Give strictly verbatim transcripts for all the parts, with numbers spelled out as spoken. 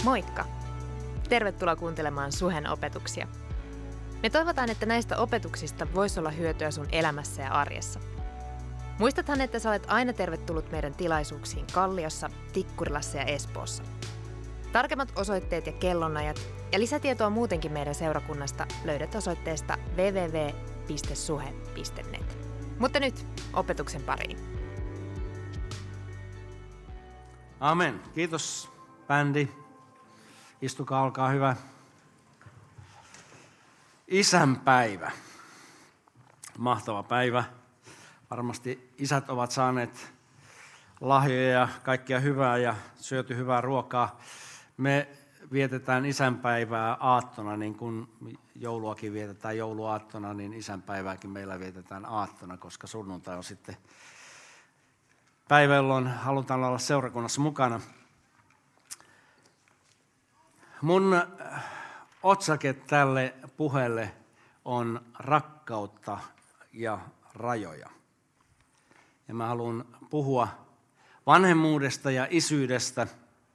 Moikka! Tervetuloa kuuntelemaan Suhen opetuksia. Me toivotaan, että näistä opetuksista voisi olla hyötyä sun elämässä ja arjessa. Muistathan, että sä olet aina tervetullut meidän tilaisuuksiin Kalliossa, Tikkurilassa ja Espoossa. Tarkemmat osoitteet ja kellonajat ja lisätietoa muutenkin meidän seurakunnasta löydät osoitteesta double-u double-u double-u piste suhe piste net. Mutta nyt opetuksen pariin. Amen. Kiitos bändi. Istukaa, olkaa hyvä. Isänpäivä. Mahtava päivä. Varmasti isät ovat saaneet lahjoja ja kaikkea hyvää ja syöty hyvää ruokaa. Me vietetään isänpäivää aattona, niin kuin jouluakin vietetään jouluaattona, niin isänpäivääkin meillä vietetään aattona, koska sunnuntai on sitten päivä, jolloin halutaan olla seurakunnassa mukana. Mun otsake tälle puheelle on rakkautta ja rajoja. Ja mä haluan puhua vanhemmuudesta ja isyydestä,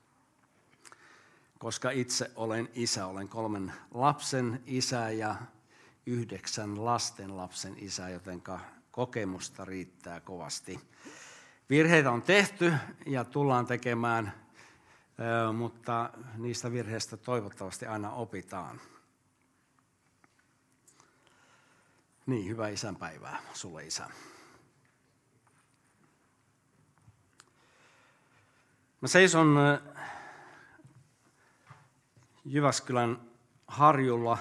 koska itse olen isä. Olen kolmen lapsen isä ja yhdeksän lasten lapsen isä, jotenka kokemusta riittää kovasti. Virheitä on tehty ja tullaan tekemään, mutta niistä virheistä toivottavasti aina opitaan. Niin, hyvää isänpäivää sulle, isä. Mä seison Jyväskylän harjulla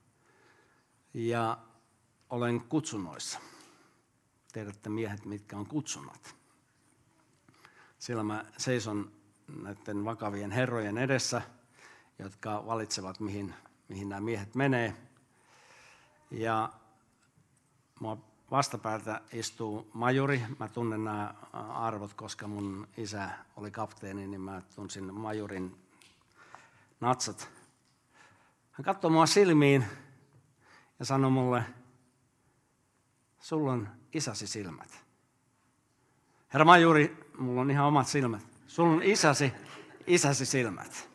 ja olen kutsunnoissa. Tiedätte miehet, mitkä on kutsunnat. Siellä mä seison näiden vakavien herrojen edessä, jotka valitsevat, mihin, mihin nämä miehet menee. Ja mua vastapäätä istuu majuri. Mä tunnen nämä arvot, koska mun isä oli kapteeni, niin mä tunsin majurin natsat. Hän katsoi mua silmiin ja sanoi mulle, sulla on isäsi silmät. Herra majuri, mulla on ihan omat silmät. Sulla on isäsi, isäsi silmät.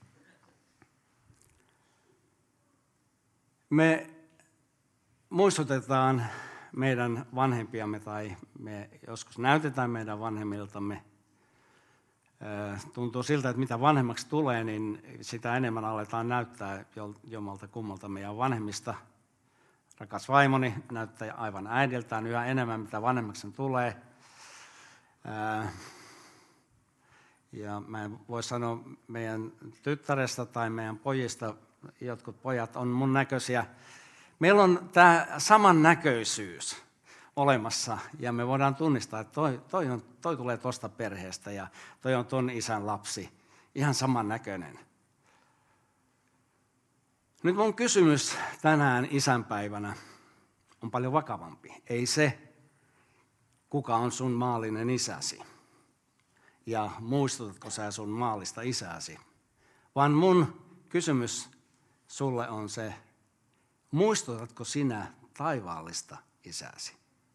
Me muistutetaan meidän vanhempiamme tai me joskus näytetään meidän vanhemmiltamme. Tuntuu siltä, että mitä vanhemmaksi tulee, niin sitä enemmän aletaan näyttää jommalta kummalta meidän vanhemmista. Rakas vaimoni näyttää aivan äidiltään yhä enemmän, mitä vanhemmaksi tulee. Ja mä en voi sanoa meidän tyttäristä tai meidän pojista, jotkut pojat on mun näköisiä. Meillä on tämä samannäköisyys olemassa ja me voidaan tunnistaa, että toi, toi, on, toi tulee tuosta perheestä ja toi on ton isän lapsi. Ihan samannäköinen. Nyt mun kysymys tänään isänpäivänä on paljon vakavampi. Ei se, kuka on sun maallinen isäsi ja muistutatko sä sun maallista isääsi, vaan mun kysymys sulle on se, muistutatko sinä taivaallista isääsi?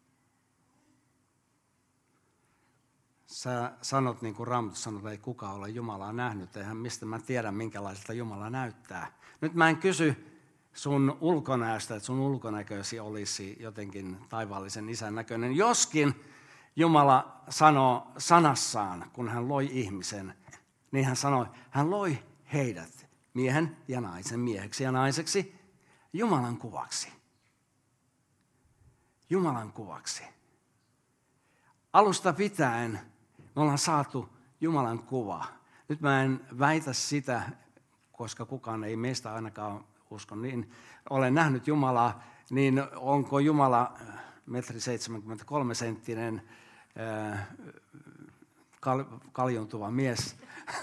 Sä sanot niin kuin Raamattu sanoo, että ei kukaan ole Jumalaa nähnyt, eihän mistä mä tiedän minkälaiselta Jumala näyttää. Nyt mä en kysy sun ulkonäöstä, että sun ulkonäköisi olisi jotenkin taivaallisen isän näköinen. Joskin Jumala sanoo sanassaan, kun hän loi ihmisen, niin hän sanoi, hän loi heidät miehen ja naisen, mieheksi ja naiseksi, Jumalan kuvaksi. Jumalan kuvaksi. Alusta pitäen me ollaan saatu Jumalan kuva. Nyt mä en väitä sitä, koska kukaan ei meistä ainakaan usko niin. Olen nähnyt Jumalaa, niin onko Jumala metri seitsemänkymmentäkolme senttinen äh, kal, kaljuntuva mies?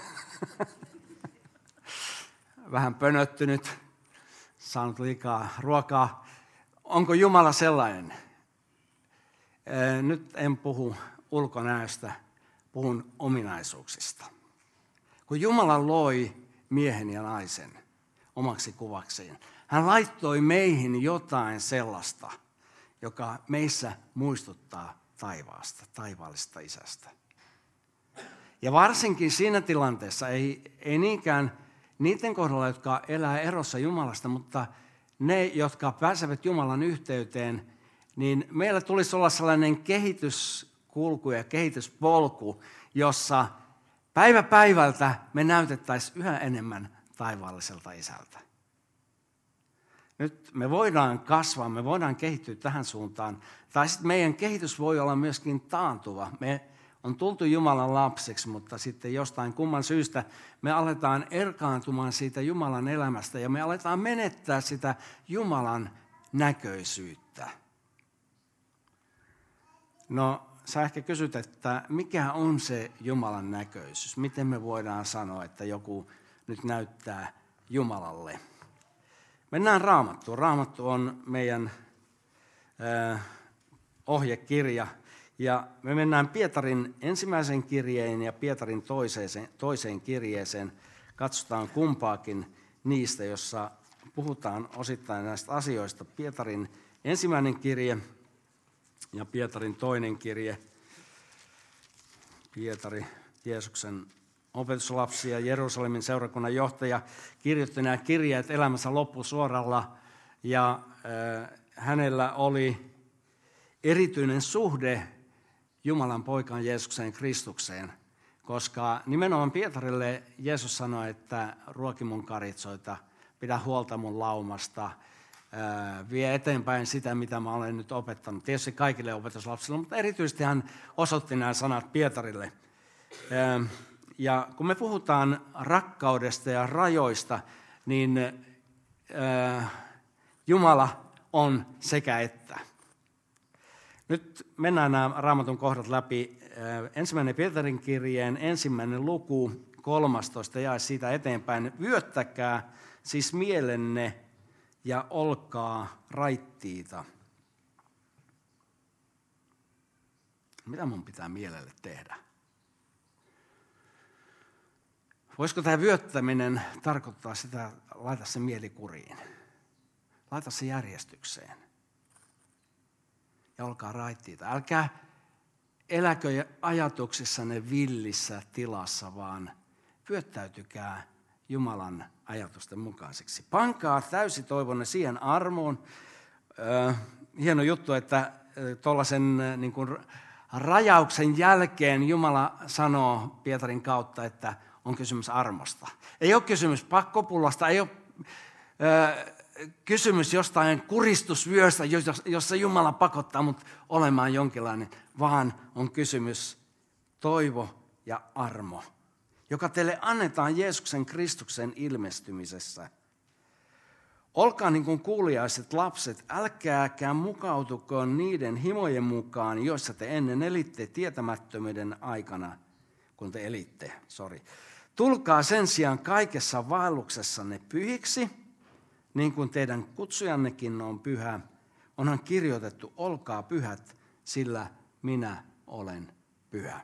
Vähän pönöttynyt, saanut liikaa ruokaa. Onko Jumala sellainen? Äh, nyt en puhu ulkonäöstä, puhun ominaisuuksista. Kun Jumala loi miehen ja naisen omaksi kuvakseen, hän laittoi meihin jotain sellaista, joka meissä muistuttaa taivaasta, taivaallista isästä. Ja varsinkin siinä tilanteessa ei, ei niinkään niiden kohdalla, jotka elää erossa Jumalasta, mutta ne, jotka pääsevät Jumalan yhteyteen, niin meillä tulisi olla sellainen kehityskulku ja kehityspolku, jossa päivä päivältä me näytettäisiin yhä enemmän taivaalliselta Isältä. Nyt me voidaan kasvaa, me voidaan kehittyä tähän suuntaan, tai sitten meidän kehitys voi olla myöskin taantuva. Me on tultu Jumalan lapsiksi, mutta sitten jostain kumman syystä me aletaan erkaantumaan siitä Jumalan elämästä ja me aletaan menettää sitä Jumalan näköisyyttä. No, sä ehkä kysyt, että mikä on se Jumalan näköisyys? Miten me voidaan sanoa, että joku nyt näyttää Jumalalle? Mennään Raamattuun. Raamattu on meidän äh, ohjekirja. Ja me mennään Pietarin ensimmäisen kirjeen ja Pietarin toiseen, toiseen kirjeeseen. Katsotaan kumpaakin niistä, jossa puhutaan osittain näistä asioista. Pietarin ensimmäinen kirje ja Pietarin toinen kirje. Pietari, Jeesuksen opetuslapsi ja Jerusalemin seurakunnan johtaja, kirjoitti nämä kirjeet elämänsä loppusuoralla. Ja äh, hänellä oli erityinen suhde Jumalan poikaan Jeesukseen Kristukseen, koska nimenomaan Pietarille Jeesus sanoi, että ruoki mun karitsoita, pidä huolta mun laumasta, vie eteenpäin sitä, mitä mä olen nyt opettanut. Tietysti kaikille opetuslapsille, mutta erityisesti hän osoitti nämä sanat Pietarille. Ja kun me puhutaan rakkaudesta ja rajoista, niin Jumala on sekä että. Nyt mennään nämä Raamatun kohdat läpi. Ensimmäinen Pietarin kirjeen ensimmäinen luku, kolmastoista jae siitä eteenpäin. Vyöttäkää siis mielenne ja olkaa raittiita. Mitä mun pitää mielelle tehdä? Voisiko tämä vyöttäminen tarkoittaa sitä, laita se mieli kuriin. Laita se järjestykseen. Ja olkaa raittiita. Älkää eläkö ajatuksissanne villissä tilassa, vaan vyöttäytykää Jumalan ajatusten mukaiseksi. Pankaa täysi toivonne siihen armoon. Äh, hieno juttu, että tuollaisen äh, niin kuin rajauksen jälkeen Jumala sanoo Pietarin kautta, että on kysymys armosta. Ei ole kysymys pakkopullasta, ei ole äh, kysymys jostain kuristusvyöstä, jossa Jumala pakottaa mut olemaan jonkinlainen, vaan on kysymys toivo ja armo, joka teille annetaan Jeesuksen Kristuksen ilmestymisessä. Olkaa niin kuin kuuliaiset lapset, älkääkään mukautukoon niiden himojen mukaan, joissa te ennen elitte tietämättömyyden aikana, kun te elitte. Sorry. Tulkaa sen sijaan kaikessa vaelluksessanne pyhiksi, niin kuin teidän kutsujannekin on pyhä, onhan kirjoitettu, olkaa pyhät, sillä minä olen pyhä.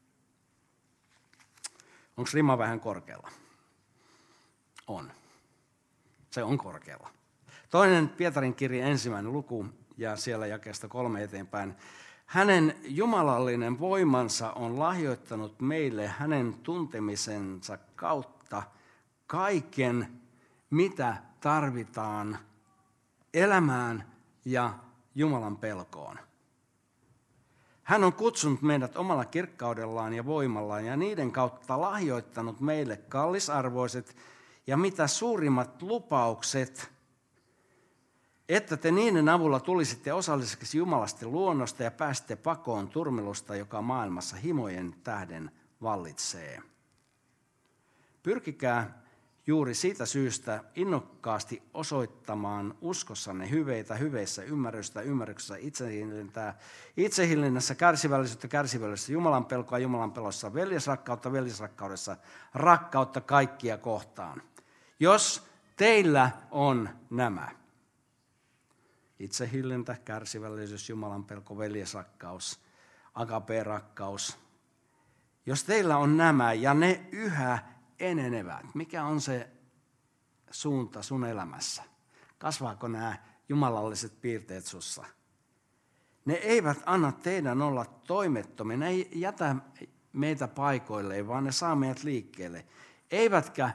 Onko rima vähän korkealla? On. Se on korkealla. Toinen Pietarin kirja ensimmäinen luku ja siellä jakeesta kolme eteenpäin. Hänen jumalallinen voimansa on lahjoittanut meille hänen tuntemisensa kautta kaiken, mitä tarvitaan elämään ja Jumalan pelkoon. Hän on kutsunut meidät omalla kirkkaudellaan ja voimallaan ja niiden kautta lahjoittanut meille kallisarvoiset ja mitä suurimmat lupaukset, että te niiden avulla tulisitte osalliseksi Jumalasta luonnosta ja pääsitte pakoon turmelusta, joka maailmassa himojen tähden vallitsee. Pyrkikää juuri siitä syystä innokkaasti osoittamaan uskossanne hyveitä, hyveissä ymmärrystä, ymmärryksessä itsehillintää, itsehillinnässä kärsivällisyyttä, kärsivällisyyttä, Jumalan pelkoa, Jumalan pelossa, veljesrakkautta, veljesrakkaudessa, rakkautta kaikkia kohtaan. Jos teillä on nämä, itsehillintä, kärsivällisyys, Jumalan pelko, veljesrakkaus, agape-rakkaus, jos teillä on nämä ja ne yhä enenevät. Mikä on se suunta sun elämässä? Kasvaako nämä jumalalliset piirteet sussa? Ne eivät anna teidän olla toimettomia. Ne ei jätä meitä paikoilleen, vaan ne saa meidät liikkeelle. Eivätkä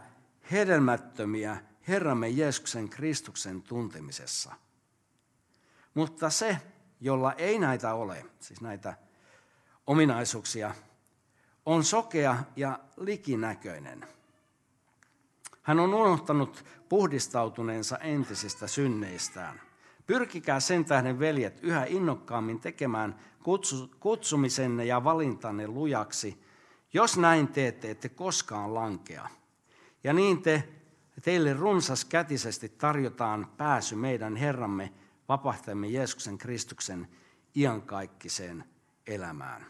hedelmättömiä Herramme Jeesuksen Kristuksen tuntemisessa. Mutta se, jolla ei näitä ole, siis näitä ominaisuuksia, on sokea ja likinäköinen. Hän on unohtanut puhdistautuneensa entisistä synneistään. Pyrkikää sen tähden, veljet, yhä innokkaammin tekemään kutsumisenne ja valintanne lujaksi. Jos näin teette, ette koskaan lankea. Ja niin te, teille runsaskätisesti tarjotaan pääsy meidän Herramme, vapahtajamme Jeesuksen Kristuksen iankaikkiseen elämään.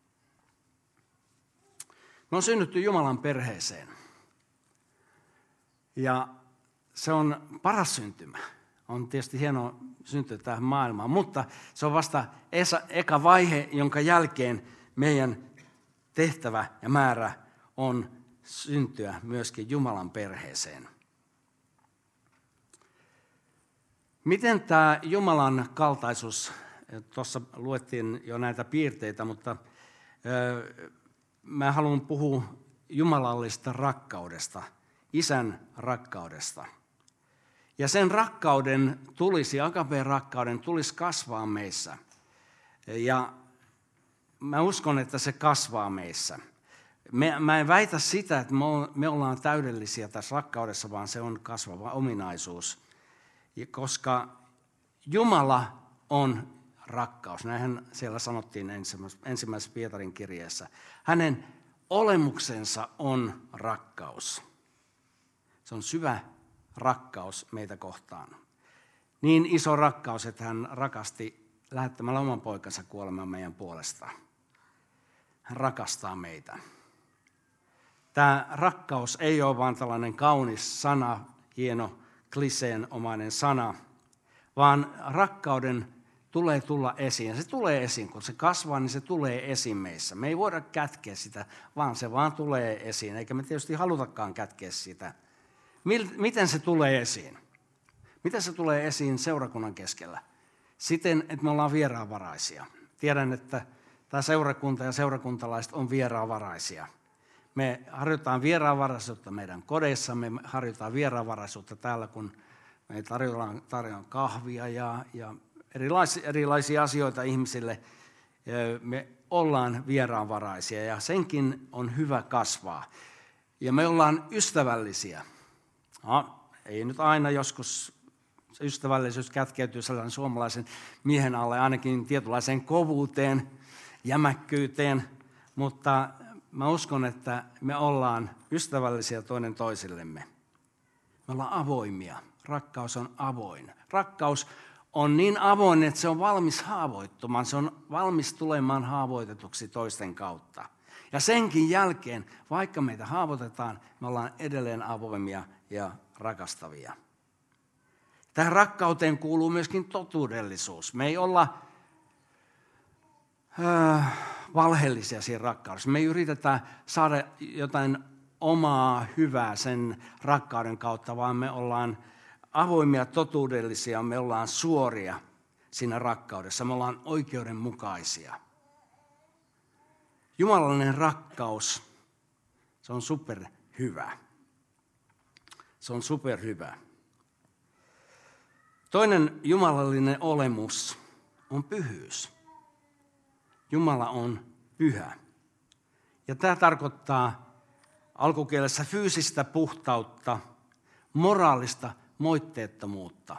Me on synnytty Jumalan perheeseen. Ja se on paras syntymä. On tietysti hienoa syntyä tähän maailmaan, mutta se on vasta eka vaihe, jonka jälkeen meidän tehtävä ja määrä on syntyä myöskin Jumalan perheeseen. Miten tämä Jumalan kaltaisuus, tuossa luettiin jo näitä piirteitä, mutta mä haluan puhua jumalallisesta rakkaudesta, Isän rakkaudesta. Ja sen rakkauden tulisi, agapeen rakkauden tulisi kasvaa meissä. Ja mä uskon, että se kasvaa meissä. Me, mä en väitä sitä, että me ollaan täydellisiä tässä rakkaudessa, vaan se on kasvava ominaisuus. Koska Jumala on rakkaus. Näinhän siellä sanottiin ensimmäisessä Pietarin kirjeessä. Hänen olemuksensa on rakkaus. Se on syvä rakkaus meitä kohtaan. Niin iso rakkaus, että hän rakasti lähettämällä oman poikansa kuolemaan meidän puolestaan. Hän rakastaa meitä. Tämä rakkaus ei ole vain tällainen kaunis sana, hieno kliseenomainen sana, vaan rakkauden tulee tulla esiin. Se tulee esiin, kun se kasvaa, niin se tulee esiin meissä. Me ei voida kätkeä sitä, vaan se vaan tulee esiin, eikä me tietysti halutakaan kätkeä sitä. Miten se tulee esiin? Miten se tulee esiin seurakunnan keskellä? Siten, että me ollaan vieraanvaraisia. Tiedän, että tämä seurakunta ja seurakuntalaiset on vieraanvaraisia. Me harjoitetaan vieraanvaraisuutta meidän kodeissamme, me harjoitetaan vieraanvaraisuutta täällä, kun me tarjotaan, tarjotaan kahvia ja, ja erilaisia, erilaisia asioita ihmisille. Me ollaan vieraanvaraisia ja senkin on hyvä kasvaa. Ja me ollaan ystävällisiä. No, ei nyt aina, joskus se ystävällisyys kätkeytyy sellaisen suomalaisen miehen alle, ainakin tietynlaiseen kovuuteen, jämäkkyyteen, mutta mä uskon, että me ollaan ystävällisiä toinen toisillemme. Me ollaan avoimia. Rakkaus on avoin. Rakkaus on niin avoin, että se on valmis haavoittumaan. Se on valmis tulemaan haavoitetuksi toisten kautta. Ja senkin jälkeen, vaikka meitä haavoitetaan, me ollaan edelleen avoimia ja rakastavia. Tähän rakkauteen kuuluu myöskin totuudellisuus. Me ei olla äh, valheellisia siinä rakkaudessa. Me ei yritetä saada jotain omaa hyvää sen rakkauden kautta, vaan me ollaan avoimia, totuudellisia, me ollaan suoria siinä rakkaudessa. Me ollaan oikeudenmukaisia. Jumalallinen rakkaus, se on superhyvä. Se on superhyvä. Toinen jumalallinen olemus on pyhyys. Jumala on pyhä. Ja tämä tarkoittaa alkukielessä fyysistä puhtautta, moraalista moitteettomuutta.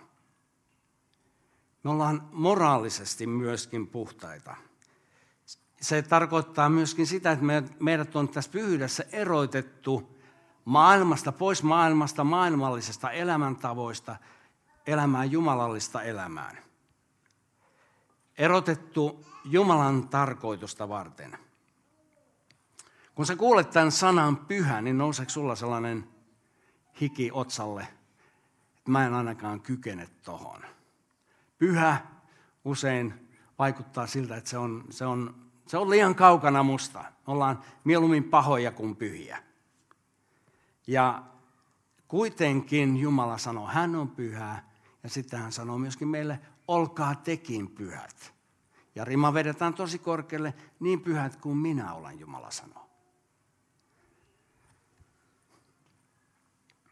Me ollaan moraalisesti myöskin puhtaita. Se tarkoittaa myöskin sitä, että meidät on tässä pyhyydessä erotettu maailmasta, pois maailmasta, maailmallisesta elämäntavoista, elämään jumalallista elämään. Erotettu Jumalan tarkoitusta varten. Kun sä kuulet tämän sanan pyhä, niin nouseeko sulla sellainen hiki otsalle, että mä en ainakaan kykene tohon. Pyhä usein vaikuttaa siltä, että se on, se on, se on liian kaukana musta. Ollaan mieluummin pahoja kuin pyhiä. Ja kuitenkin Jumala sanoo, hän on pyhä, ja sitten hän sanoo myöskin meille, olkaa tekin pyhät. Ja rima vedetään tosi korkealle, niin pyhät kuin minä olen, Jumala sanoo.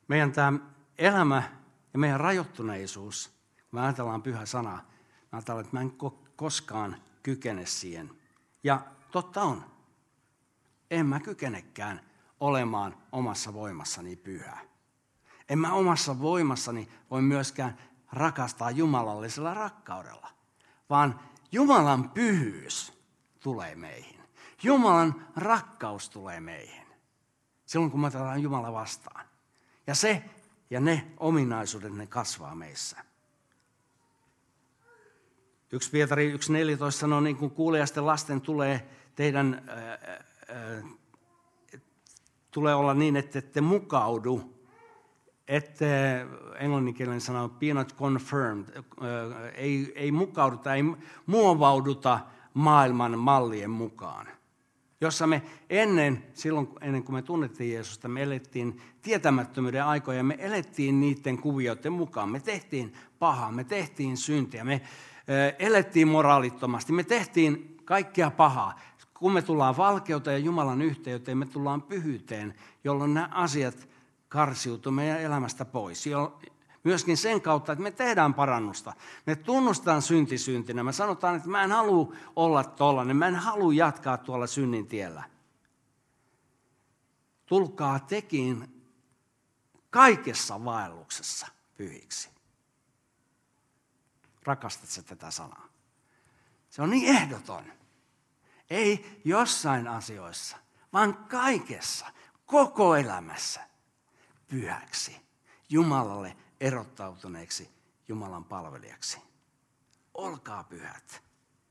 Meidän tämä elämä ja meidän rajoittuneisuus, kun me ajatellaan pyhä sana, mä ajattelen, että mä en koskaan kykene siihen. Ja totta on, en mä kykenekään olemaan omassa voimassani pyhä. En mä omassa voimassani voi myöskään rakastaa jumalallisella rakkaudella, vaan Jumalan pyhyys tulee meihin. Jumalan rakkaus tulee meihin, silloin kun me otetaan Jumala vastaan. Ja se ja ne ominaisuudet, ne kasvaa meissä. Yksi Pietari yksi neljätoista sanoo, niin kuin kuuliaisten lasten tulee teidän, ää, ää, tulee olla niin, että ette mukaudu, ette, englanninkielinen sanoo, be not confirmed, ää, ei, ei mukauduta, ei muovauduta maailman mallien mukaan. Jossa me ennen, silloin ennen kuin me tunnettiin Jeesusta, me elettiin tietämättömyyden aikoja, me elettiin niiden kuvioiden mukaan. Me tehtiin pahaa, me tehtiin syntiä, me elettiin moraalittomasti, me tehtiin kaikkea pahaa. Kun me tullaan valkeuteen ja Jumalan yhteyteen, me tullaan pyhyyteen, jolloin nämä asiat karsiutuu meidän elämästä pois. Myöskin sen kautta, että me tehdään parannusta. Me tunnustetaan synti syntinä. Me sanotaan, että mä en halua olla tollainen, mä en halua jatkaa tuolla synnin tiellä. Tulkaa tekin kaikessa vaelluksessa pyhiksi. Rakastatko tätä sanaa? Se on niin ehdoton. Ei jossain asioissa, vaan kaikessa, koko elämässä pyhäksi, Jumalalle erottautuneeksi Jumalan palvelijaksi. Olkaa pyhät.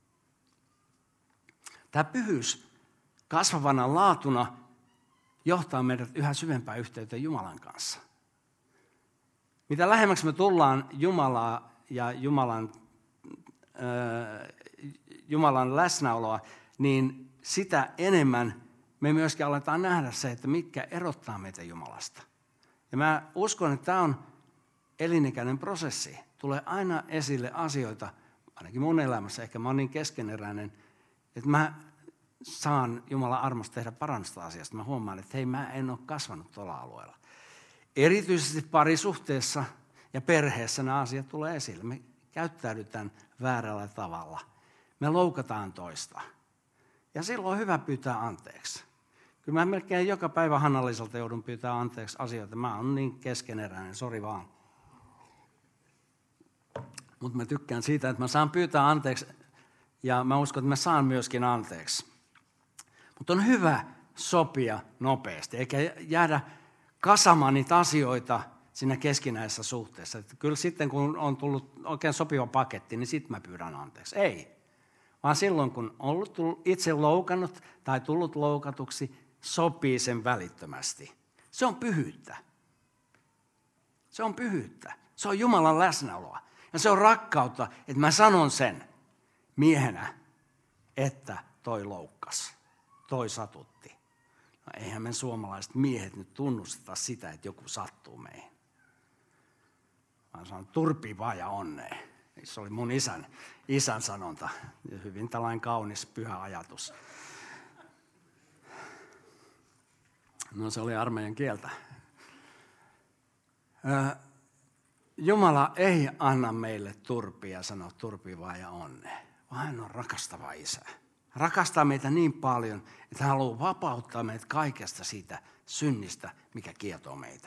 Tämä pyhyys kasvavana laatuna johtaa meidät yhä syvempään yhteyteen Jumalan kanssa. Mitä lähemmäksi me tullaan Jumalaa ja Jumalan, äh, Jumalan läsnäoloa, niin sitä enemmän me myöskin aletaan nähdä se, että mitkä erottaa meitä Jumalasta. Ja mä uskon, että tämä on elinikäinen prosessi. Tulee aina esille asioita, ainakin mun elämässä, ehkä mä oon niin keskeneräinen, että mä saan Jumalan armosta tehdä parannusta asiasta. Mä huomaan, että hei, mä en ole kasvanut tuolla alueella. Erityisesti parisuhteessa ja perheessä nämä asiat tulee esille. Me käyttäydytään väärällä tavalla. Me loukataan toista. Ja silloin on hyvä pyytää anteeksi. Kyllä mä melkein joka päivä Hannalliselta joudun pyytää anteeksi asioita. Mä oon niin keskeneräinen, sori vaan. Mutta mä tykkään siitä, että mä saan pyytää anteeksi ja mä uskon, että mä saan myöskin anteeksi. Mutta on hyvä sopia nopeasti, eikä jäädä kasamaan niitä asioita siinä keskinäisessä suhteessa. Että kyllä sitten, kun on tullut oikein sopiva paketti, niin sitten mä pyydän anteeksi. Ei, vaan silloin, kun on ollut itse loukannut tai tullut loukatuksi, sopii sen välittömästi. Se on pyhyyttä. Se on pyhyyttä. Se on Jumalan läsnäoloa. Ja se on rakkautta, että mä sanon sen miehenä, että toi loukkas, toi satutti. No eihän me suomalaiset miehet nyt tunnusteta sitä, että joku sattuu meihin. Mä sanon, turpi vaan ja onnea. Se oli mun isän, isän sanonta. Hyvin tällainen kaunis, pyhä ajatus. No se oli armeijan kieltä. Jumala ei anna meille turpia ja sano turpi vaan ja onnea, vaan hän on rakastava isä. Rakastaa meitä niin paljon, että hän haluaa vapauttaa meitä kaikesta siitä synnistä, mikä kietoo meitä.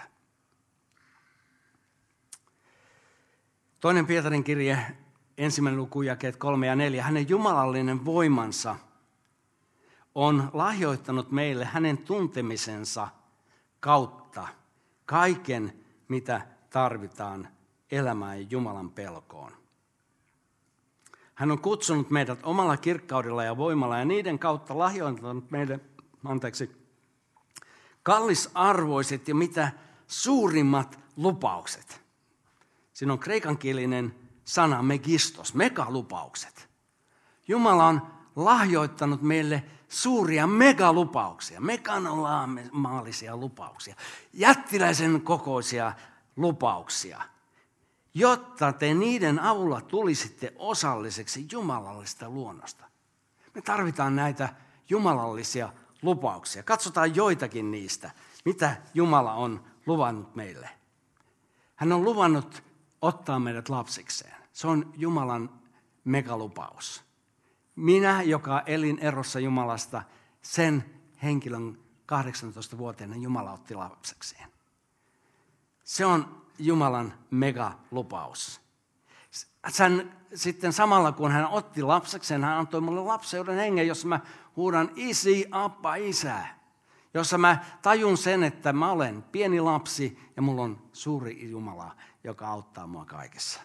Toinen Pietarin kirje, ensimmäinen luku, jakeet kolme ja neljä. Hänen jumalallinen voimansa on lahjoittanut meille hänen tuntemisensa kautta kaiken, mitä tarvitaan elämään ja Jumalan pelkoon. Hän on kutsunut meidät omalla kirkkaudella ja voimalla ja niiden kautta lahjoittanut meille, anteeksi, kallisarvoiset ja mitä suurimmat lupaukset. Siinä on kreikankielinen sana megistos, megalupaukset. Jumala on lahjoittanut meille suuria megalupauksia, meganomaalisia lupauksia, jättiläisen kokoisia lupauksia, jotta te niiden avulla tulisitte osalliseksi jumalallista luonnosta. Me tarvitaan näitä jumalallisia lupauksia. Katsotaan joitakin niistä, mitä Jumala on luvannut meille. Hän on luvannut ottaa meidät lapsikseen. Se on Jumalan megalupaus. Minä, joka elin erossa Jumalasta, sen henkilön kahdeksantoistavuotiaana Jumala otti lapsekseen. Se on Jumalan megalupaus. Sen, sitten samalla kun hän otti lapsekseen, hän antoi mulle lapseuden hengen, jossa mä huudan isi, appa, isä. Jossa mä tajun sen, että mä olen pieni lapsi ja mulla on suuri Jumala, joka auttaa mua kaikessa.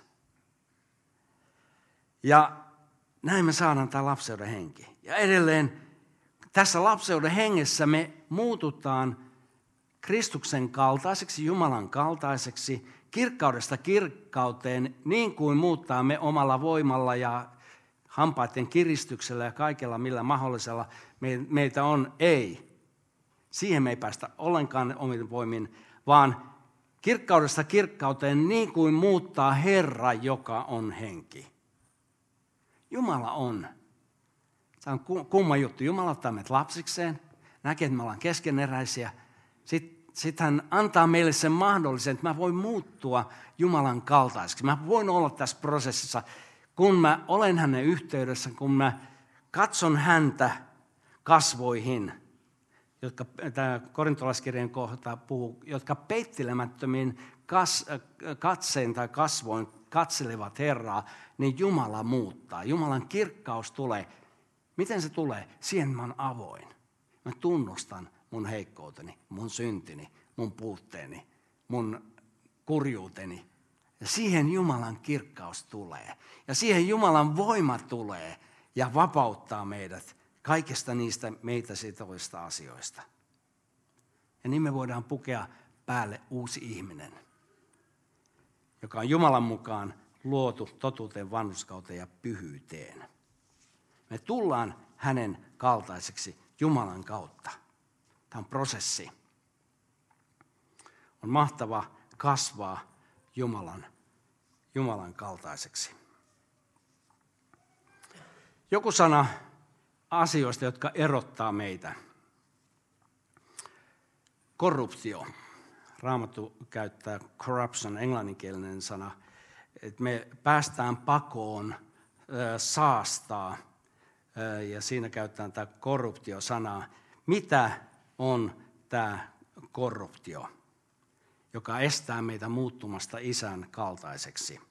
Ja näin me saadaan tämä lapseuden henki. Ja edelleen tässä lapseuden hengessä me muututaan Kristuksen kaltaiseksi, Jumalan kaltaiseksi, kirkkaudesta kirkkauteen, niin kuin muuttaa me omalla voimalla ja hampaiden kiristyksellä ja kaikella millä mahdollisella meitä on. Ei. Siihen me ei päästä ollenkaan omin voimin, vaan kirkkaudesta kirkkauteen niin kuin muuttaa Herra, joka on henki. Jumala on. Se on kumma juttu. Jumala ottaa meidät lapsikseen, näkee, että me ollaan keskeneräisiä. Sitten sit hän antaa meille sen mahdollisen, että mä voin muuttua Jumalan kaltaiseksi. Mä voin olla tässä prosessissa, kun mä olen hänen yhteydessä, kun mä katson häntä kasvoihin, jotka tämä korintolaiskirjan kohta puhuu, jotka peittelemättömiin kas, katseen tai kasvoin katselevat Herraa, niin Jumala muuttaa. Jumalan kirkkaus tulee. Miten se tulee? Siihen mä oon avoin. Mä tunnustan mun heikkouteni, mun syntini, mun puutteeni, mun kurjuuteni. Ja siihen Jumalan kirkkaus tulee. Ja siihen Jumalan voima tulee ja vapauttaa meidät kaikesta niistä meitä sitovista asioista. Ja niin me voidaan pukea päälle uusi ihminen, joka on Jumalan mukaan luotu totuuteen, vanhurskauteen ja pyhyyteen. Me tullaan hänen kaltaiseksi Jumalan kautta. Tämä on prosessi. On mahtava kasvaa Jumalan, Jumalan kaltaiseksi. Joku sana asioista, jotka erottaa meitä. Korruptio. Raamattu käyttää corruption, englanninkielinen sana. Että me päästään pakoon saastaa. Ja siinä käytetään tämä korruptio-sanaa. Mitä on tämä korruptio, joka estää meitä muuttumasta isän kaltaiseksi?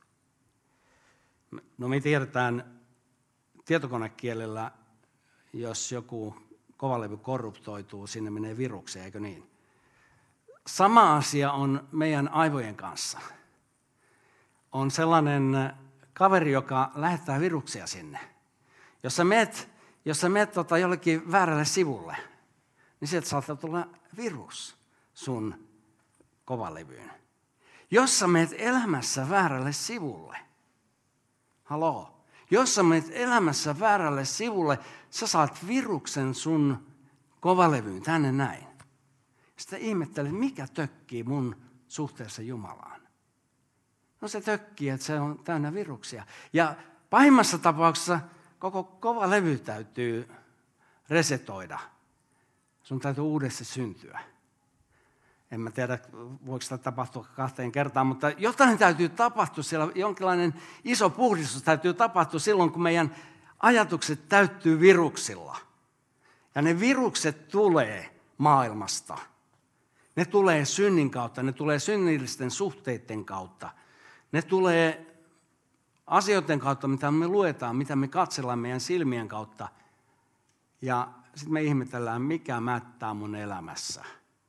No me tiedetään tietokonekielellä, jos joku kovalevy korruptoituu, sinne menee viruksia, eikö niin? Sama asia on meidän aivojen kanssa. On sellainen kaveri, joka lähettää viruksia sinne. Jos sä meet, jos sä meet tota jollekin väärälle sivulle, niin sieltä saattaa tulla virus sun kovalevyyn. Jos sä meet elämässä väärälle sivulle, haloo, jos sä menet elämässä väärälle sivulle, sä saat viruksen sun kovalevyyn tänne näin. Sitten ihmettelet, mikä tökkii mun suhteessa Jumalaan. No se tökkii, että se on täynnä viruksia. Ja pahimmassa tapauksessa koko kova levy täytyy resetoida. Sun täytyy uudestaan syntyä. En mä tiedä, voiko sitä tapahtua kahteen kertaan, mutta jotain täytyy tapahtua siellä. Jonkinlainen iso puhdistus täytyy tapahtua silloin, kun meidän ajatukset täyttyy viruksilla. Ja ne virukset tulee maailmasta. Ne tulee synnin kautta, ne tulee synnillisten suhteiden kautta. Ne tulee asioiden kautta, mitä me luetaan, mitä me katsellaan meidän silmien kautta. Ja sitten me ihmetellään, mikä mättää mun elämässä.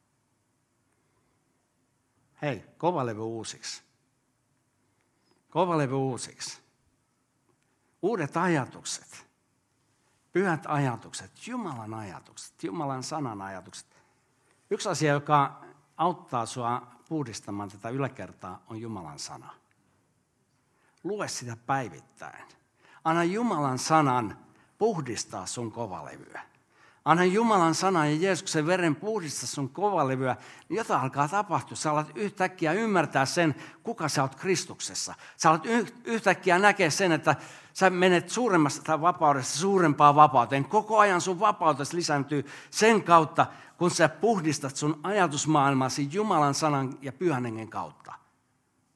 Hei, kovalevy uusiksi. Kovalevy uusiksi. Uudet ajatukset. Pyhät ajatukset, Jumalan ajatukset, Jumalan sanan ajatukset. Yksi asia, joka auttaa sua puhdistamaan tätä yläkertaa, on Jumalan sana. Lue sitä päivittäin. Anna Jumalan sanan puhdistaa sun kovalevyä. Anna Jumalan sana ja Jeesuksen veren puhdistaa sun kovalevyä, niin jotain alkaa tapahtua. Sä alat yhtäkkiä ymmärtää sen, kuka sä oot Kristuksessa. Sä alat yhtäkkiä näkeä sen, että sä menet suuremmasta vapaudesta suurempaan vapauteen. Koko ajan sun vapautesi lisääntyy sen kautta, kun sä puhdistat sun ajatusmaailmasi Jumalan sanan ja pyhän hengen kautta.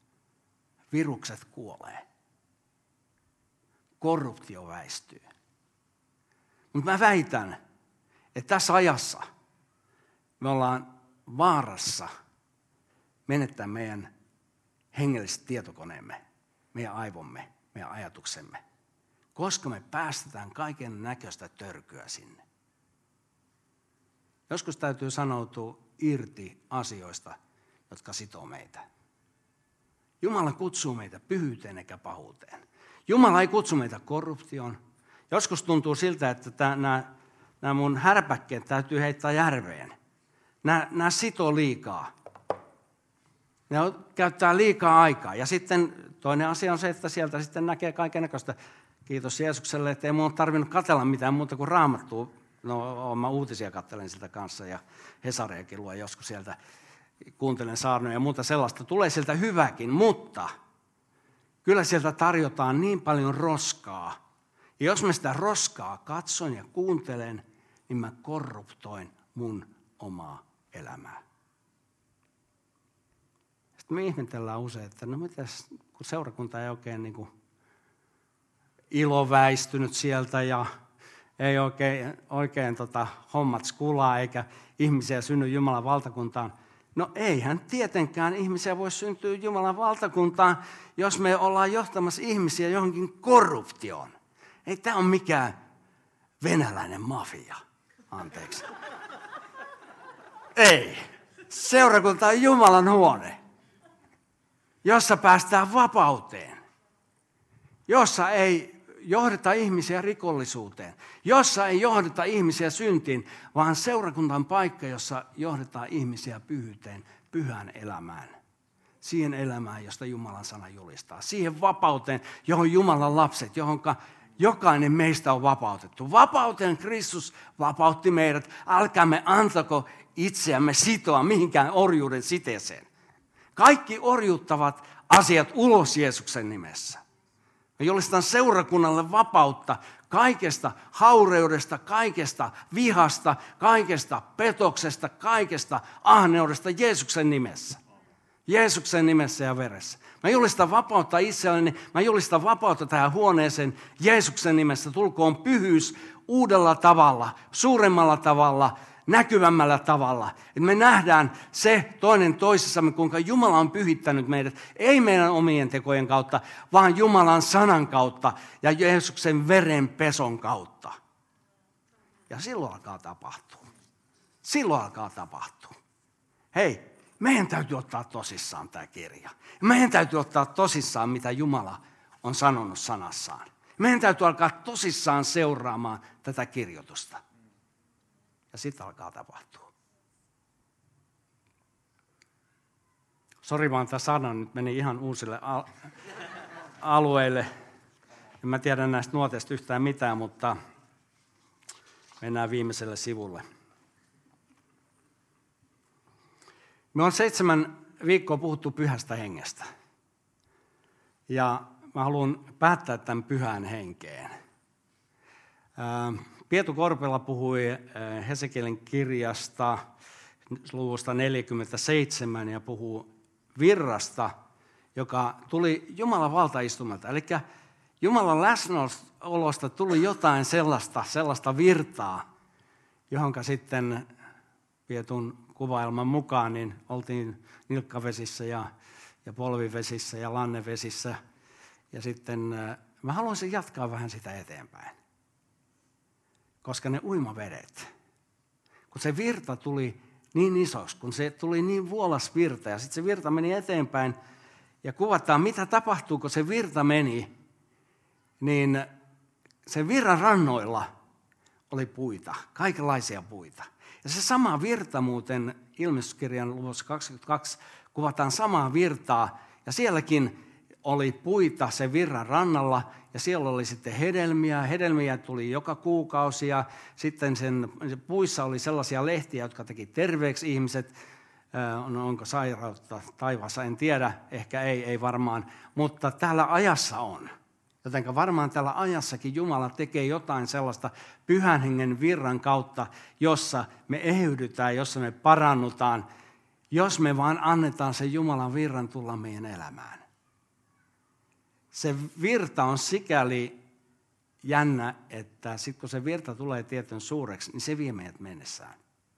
virukset kuolee. Korruptio väistyy. Mutta mä väitän, että tässä ajassa me ollaan vaarassa menettää meidän hengelliset tietokoneemme, meidän aivomme, meidän ajatuksemme, koska me päästetään kaiken näköistä törkyä sinne. Joskus täytyy sanoutua irti asioista, jotka sitoo meitä. Jumala kutsuu meitä pyhyyteen eikä pahuuteen. Jumala ei kutsu meitä korruptioon. Joskus tuntuu siltä, että nämä, nämä mun härpäkkeet täytyy heittää järveen. Nämä, nämä sitoo liikaa. Ne käyttää liikaa aikaa. Ja sitten toinen asia on se, että sieltä sitten näkee kaikennäköistä. Kiitos Jeesukselle, että ei mun ole tarvinnut katsella mitään muuta kuin Raamattua. No, mä uutisia katselen siltä kanssa ja Hesareakin luen joskus sieltä. Kuuntelen saarnoja ja muuta sellaista. Tulee sieltä hyväkin, mutta kyllä sieltä tarjotaan niin paljon roskaa. Ja jos mä sitä roskaa katson ja kuuntelen, niin mä korruptoin mun omaa elämää. Sitten me ihmetellään usein, että no mitäs, kun seurakunta ei oikein niin kuin iloväistynyt sieltä ja ei oikein, oikein tota, hommat skulaa eikä ihmisiä synny Jumalan valtakuntaan. No eihän tietenkään ihmisiä voi syntyä Jumalan valtakuntaan, jos me ollaan johtamassa ihmisiä johonkin korruptioon. Ei tämä ole mikään venäläinen mafia, anteeksi. Ei. Seurakunta on Jumalan huone, jossa päästään vapauteen, jossa ei johdeta ihmisiä rikollisuuteen, jossa ei johdeta ihmisiä syntiin, vaan seurakunnan paikka, jossa johdetaan ihmisiä pyhyyteen, pyhään elämään. Siihen elämään, josta Jumalan sana julistaa. Siihen vapauteen, johon Jumalan lapset, johon jokainen meistä on vapautettu. Vapauteen Kristus vapautti meidät. Älkäämme antako itseämme sitoa mihinkään orjuuden siteeseen. Kaikki orjuuttavat asiat ulos Jeesuksen nimessä. Mä julistan seurakunnalle vapautta kaikesta haureudesta, kaikesta vihasta, kaikesta petoksesta, kaikesta ahneudesta Jeesuksen nimessä. Jeesuksen nimessä ja veressä. Mä julistan vapautta itselleni, mä julistan vapautta tähän huoneeseen Jeesuksen nimessä. Tulkoon pyhyys uudella tavalla, suuremmalla tavalla, näkyvämmällä tavalla. Että me nähdään se toinen toisessamme, kuinka Jumala on pyhittänyt meidät, ei meidän omien tekojen kautta, vaan Jumalan sanan kautta ja Jeesuksen verenpeson kautta. Ja silloin alkaa tapahtua. Silloin alkaa tapahtua. Hei, meidän täytyy ottaa tosissaan tämä kirja. Meidän täytyy ottaa tosissaan, mitä Jumala on sanonut sanassaan. Meidän täytyy alkaa tosissaan seuraamaan tätä kirjoitusta. Ja sitten alkaa tapahtua. Sori vaan, tämä sana nyt meni ihan uusille al- alueille. En mä tiedä näistä nuoteista yhtään mitään, mutta mennään viimeiselle sivulle. Me on seitsemän viikkoa puhuttu pyhästä hengestä. Ja mä haluan päättää tämän pyhän henkeen. Pietu Korpela puhui Hesekielin kirjasta luvusta neljäkymmentäseitsemän ja puhuu virrasta, joka tuli Jumalan valtaistumalta. Eli Jumalan läsnäolosta tuli jotain sellaista, sellaista virtaa, johonka sitten Pietun kuvailman mukaan niin oltiin nilkkavesissä ja, ja polvivesissä ja lannevesissä. Ja sitten mä haluaisin jatkaa vähän sitä eteenpäin. Koska ne uimavedet, kun se virta tuli niin isoksi, kun se tuli niin vuolas virta ja sitten se virta meni eteenpäin ja kuvataan, mitä tapahtuu, kun se virta meni, niin se virran rannoilla oli puita, kaikenlaisia puita. Ja se sama virta muuten Ilmestyskirjan luvussa kaksikymmentäkaksi kuvataan samaa virtaa ja sielläkin oli puita sen virran rannalla ja siellä oli sitten hedelmiä. Hedelmiä tuli joka kuukausi ja sitten sen puissa oli sellaisia lehtiä, jotka teki terveeksi ihmiset. No, onko sairautta taivaassa, en tiedä, ehkä ei, ei varmaan, mutta täällä ajassa on. Jotenka varmaan tällä ajassakin Jumala tekee jotain sellaista pyhän hengen virran kautta, jossa me eheydytään, jossa me parannutaan, jos me vaan annetaan sen Jumalan virran tulla meidän elämään. se virta on sikäli jännä, että sitten kun se virta tulee tietyn suureksi, niin se vie meidät mennessään.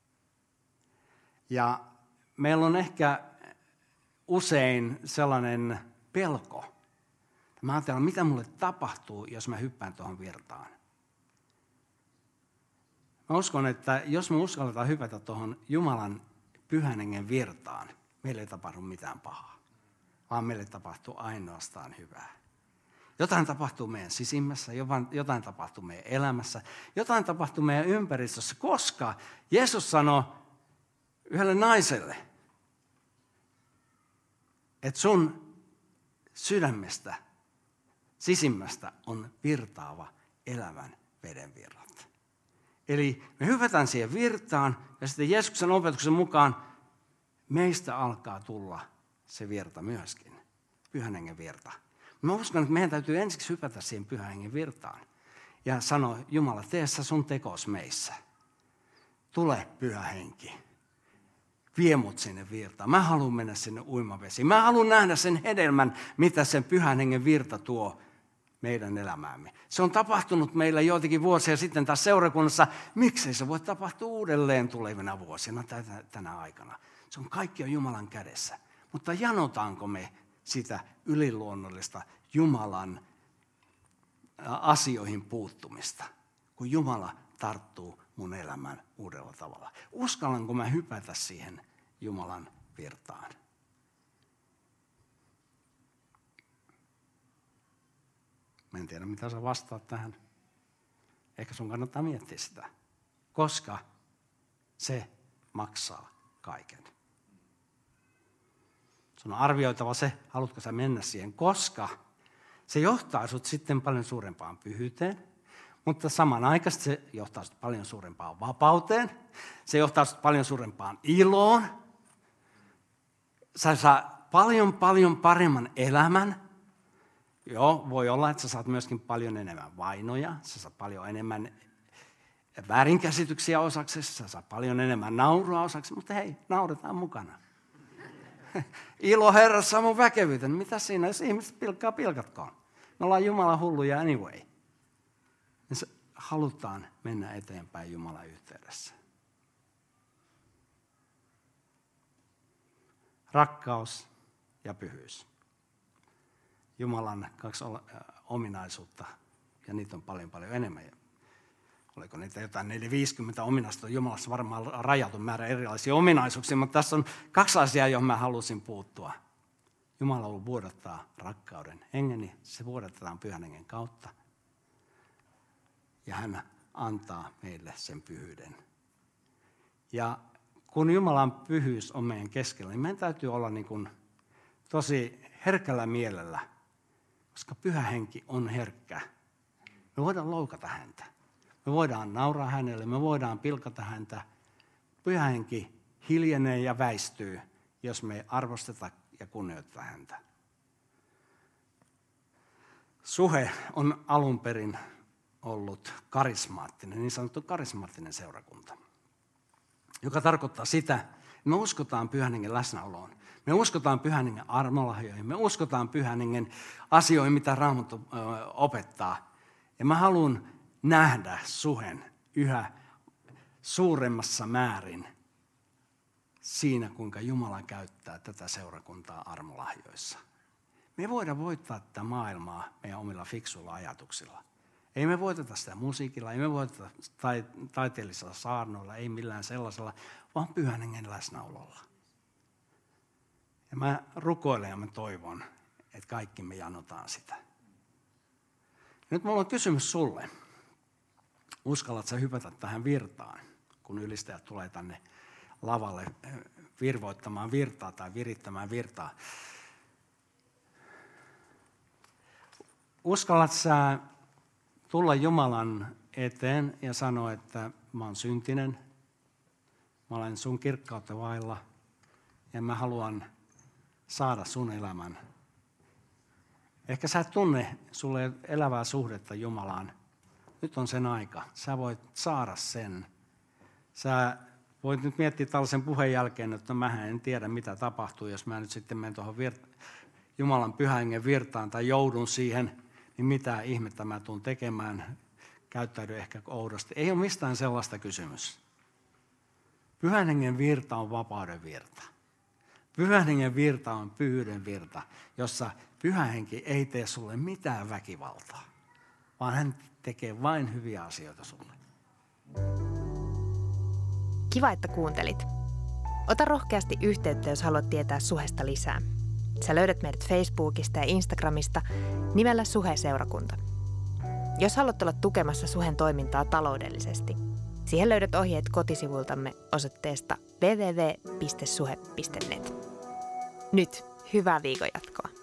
Ja meillä on ehkä usein sellainen pelko. Mä ajattelen, mitä mulle tapahtuu, jos mä hyppään tuohon virtaan. Mä uskon, että jos me uskalletaan hypätä tuohon Jumalan pyhän hengen virtaan, meille ei tapahdu mitään pahaa, vaan meille tapahtuu ainoastaan hyvää. Jotain tapahtuu meidän sisimmässä, jotain tapahtuu meidän elämässä, jotain tapahtuu meidän ympäristössä, koska Jeesus sanoi yhdelle naiselle, että sun sydämestä, sisimmästä on virtaava elävän veden virrat. Eli me hypätään siihen virtaan ja sitten Jeesuksen opetuksen mukaan meistä alkaa tulla se virta myöskin, pyhän hengen virta. Mä uskon, että meidän täytyy ensiksi hypätä siihen pyhän hengen virtaan ja sanoa, Jumala, tee sä sun tekos meissä. Tule pyhä henki. Vie mut sinne virtaan. Mä haluan mennä sinne uimavesiin. Mä haluan nähdä sen hedelmän, mitä sen pyhän hengen virta tuo meidän elämäämme. Se on tapahtunut meillä joitakin vuosia sitten tässä seurakunnassa. Miksei se voi tapahtua uudelleen tulevina vuosina tänä aikana? Se on kaikki on Jumalan kädessä. Mutta janotaanko me sitä yliluonnollista Jumalan asioihin puuttumista, kun Jumala tarttuu mun elämään uudella tavalla? Uskallanko mä hypätä siihen Jumalan virtaan? Mä en tiedä, mitä sä vastaat tähän. Ehkä sun kannattaa miettiä sitä, koska se maksaa kaiken. Sun on arvioitava se, haluatko sä mennä siihen, koska se johtaa sut sitten paljon suurempaan pyhyyteen, mutta samanaikaisesti se johtaa sut paljon suurempaan vapauteen, se johtaa sut paljon suurempaan iloon, sä saa paljon paljon paremman elämän. Joo, voi olla, että sä saat myöskin paljon enemmän vainoja, sä saat paljon enemmän väärinkäsityksiä osaksi, sä saat paljon enemmän naurua osaksi, mutta hei, nauretaan mukana. Ilo Herrassa on mun väkevyyttä. Mitä siinä, jos ihmiset pilkkaa, pilkatkoon. Me ollaan Jumalan hulluja anyway. Ja halutaan mennä eteenpäin Jumalan yhteydessä. Rakkaus ja pyhyys. Jumalan kaksi ominaisuutta, ja niitä on paljon paljon enemmän. Oliko niitä jotain neljäsataaviisikymmentä ominaisuutta, Jumalassa varmaan rajatun määrä erilaisia ominaisuuksia, mutta tässä on kaksi asiaa, johon mä halusin puuttua. Jumala vuodattaa rakkauden hengeni, se vuodatetaan pyhän hengen kautta. Ja hän antaa meille sen pyhyyden. Ja kun Jumalan pyhyys on meidän keskellä, niin meidän täytyy olla niin kuin tosi herkällä mielellä, koska pyhä henki on herkkä. Me voidaan loukata häntä. Me voidaan nauraa hänelle, me voidaan pilkata häntä. Pyhä henki hiljenee ja väistyy, jos me ei arvosteta ja kunnioiteta häntä. Suhe on alun perin ollut karismaattinen, niin sanottu karismaattinen seurakunta, joka tarkoittaa sitä, että me uskotaan pyhän hengen läsnäoloon. Me uskotaan pyhän hengen armolahjoihin, me uskotaan pyhän hengen asioihin, mitä Raamattu opettaa. Ja mä haluan nähdä suhen yhä suuremmassa määrin siinä, kuinka Jumala käyttää tätä seurakuntaa armolahjoissa. Me ei voida voittaa tätä maailmaa meidän omilla fiksuilla ajatuksilla. Ei me voiteta sitä musiikilla, ei me voiteta taiteellisilla saarnoilla, ei millään sellaisella, vaan pyhän hengen läsnäololla. Ja mä rukoilen ja mä toivon, että kaikki me janotaan sitä. Nyt mulla on kysymys sulle. Uskallat sä hypätä tähän virtaan, kun ylistäjät tulee tänne lavalle virvoittamaan virtaa tai virittämään virtaa? Uskallat sä tulla Jumalan eteen ja sanoa, että mä oon syntinen, mä olen sun kirkkautta vailla ja mä haluan saada sun elämän. Ehkä sä et tunne sulle elävää suhdetta Jumalaan. Nyt on sen aika. Sä voit saada sen. Sä voit nyt miettiä tällaisen puheen jälkeen, että mä en tiedä mitä tapahtuu, jos mä nyt sitten menen tuohon virt- Jumalan pyhän hengen virtaan tai joudun siihen, niin mitä ihmettä mä tuun tekemään, käyttäydyn ehkä oudosti. Ei ole mistään sellaista kysymys. Pyhän hengen virta on vapauden virta. Pyhän hengen virta on pyhyyden virta, jossa pyhä henki ei tee sulle mitään väkivaltaa, vaan hän tekee vain hyviä asioita sulle. Kiva, että kuuntelit. Ota rohkeasti yhteyttä, jos haluat tietää Suhesta lisää. Sä löydät meidät Facebookista ja Instagramista nimellä Suhe-seurakunta. Jos haluat olla tukemassa Suhen toimintaa taloudellisesti, siihen löydät ohjeet kotisivuiltamme osoitteesta double-u double-u double-u piste suhe piste net. Nyt hyvää viikon jatkoa.